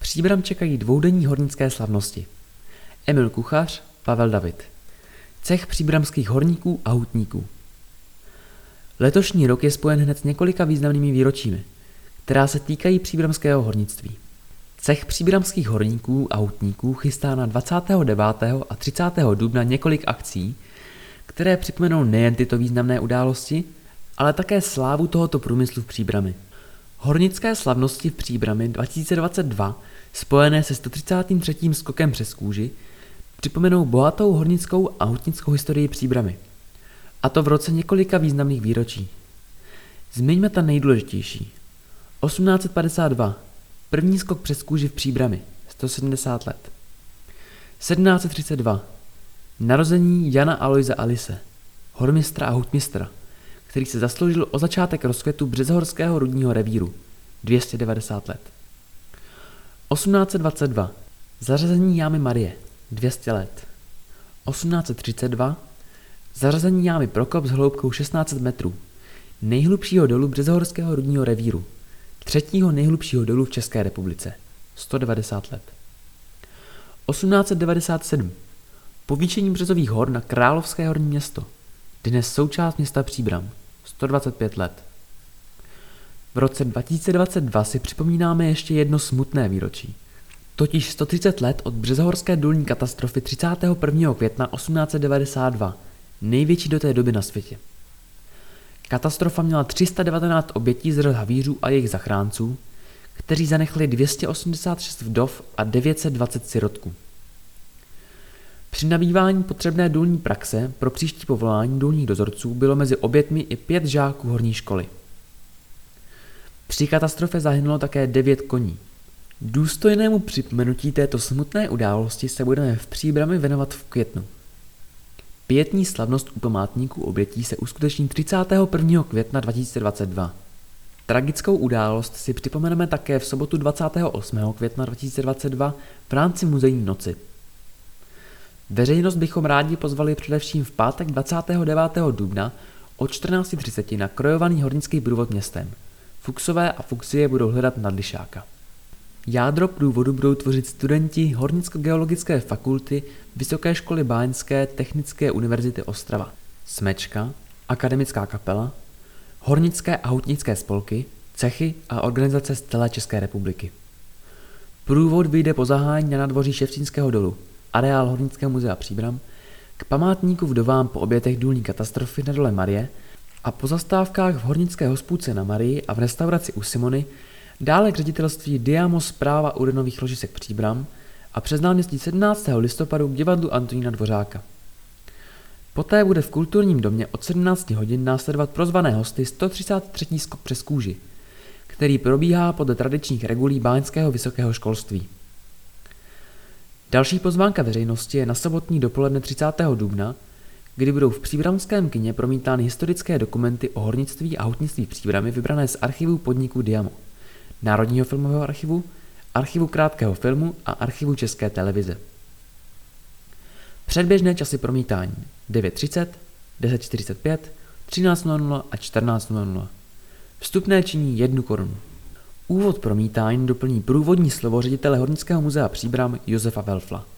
Příbram čekají dvoudenní hornické slavnosti. Emil Kuchař, Pavel David. Cech příbramských horníků a hutníků. Letošní rok je spojen hned s několika významnými výročími, která se týkají příbramského hornictví. Cech příbramských horníků a hutníků chystá na 29. a 30. dubna několik akcí, které připomenou nejen tyto významné události, ale také slávu tohoto průmyslu v Příbrami. Hornické slavnosti v Příbrami 2022, spojené se 133. skokem přes kůži, připomenou bohatou hornickou a hutnickou historii Příbrami. A to v roce několika významných výročí. Zmiňme ta nejdůležitější. 1852. První skok přes kůži v Příbrami, 170 let. 1732. Narození Jana Alojze Alise, hormistra a hutmistra, který se zasloužil o začátek rozkvětu březohorského rudního revíru, 290 let. 1822. Zařazení jámy Marie, 200 let. 1832. Zařazení jámy Prokop s hloubkou 16 metrů, nejhlubšího dolu březohorského rudního revíru, třetího nejhlubšího dolu v České republice, 190 let. 1897. Povýšení Březových hor na Královské horní město, dnes součást města Příbram, 125 let. V roce 2022 si připomínáme ještě jedno smutné výročí, totiž 130 let od březohorské důlní katastrofy 31. května 1892, největší do té doby na světě. Katastrofa měla 319 obětí z řad havířů a jejich zachránců, kteří zanechali 286 vdov a 920 sirotků. Při nabývání potřebné důlní praxe pro příští povolání důlních dozorců bylo mezi obětmi i 5 žáků horní školy. Při katastrofě zahynulo také 9 koní. Důstojnému připomenutí této smutné události se budeme v Příbrami věnovat v květnu. Pietní slavnost u památníků obětí se uskuteční 31. května 2022. Tragickou událost si připomeneme také v sobotu 28. května 2022 v rámci muzejní noci. Veřejnost bychom rádi pozvali především v pátek 29. dubna od 14:30 na krojovaný hornický průvod městem. Fuksové a Fuksie budou hledat nadlišáka. Jádro průvodu budou tvořit studenti Hornicko-geologické fakulty Vysoké školy báňské Technické univerzity Ostrava, Smečka, akademická kapela, hornické a hutnické spolky, cechy a organizace z celé České republiky. Průvod vyjde po zahájení na nádvoří Ševčínského dolu, areál Hornického muzea Příbram, k památníku vdovám po obětech důlní katastrofy na dole Marie a po zastávkách v hornické hospůdce na Marii a v restauraci u Simony, dále k ředitelství Diamo Správa urenových ložisek Příbram a přes náměstí 17. listopadu k divadlu Antonína Dvořáka. Poté bude v kulturním domě od 17 hodin následovat pro zvané hosty 133. skok přes kůži, který probíhá podle tradičních regulí báňského vysokého školství. Další pozvánka veřejnosti je na sobotní dopoledne 30. dubna, kdy budou v příbramském kině promítány historické dokumenty o hornictví a hutnictví v Příbrami vybrané z archivů podniku Diamo, Národního filmového archivu, archivu krátkého filmu a archivu České televize. Předběžné časy promítání 9:30, 10:45, 13:00 a 14:00. Vstupné činí 1 korunu. Úvod promítání doplní průvodní slovo ředitele Hornického muzea Příbram Josefa Welfla.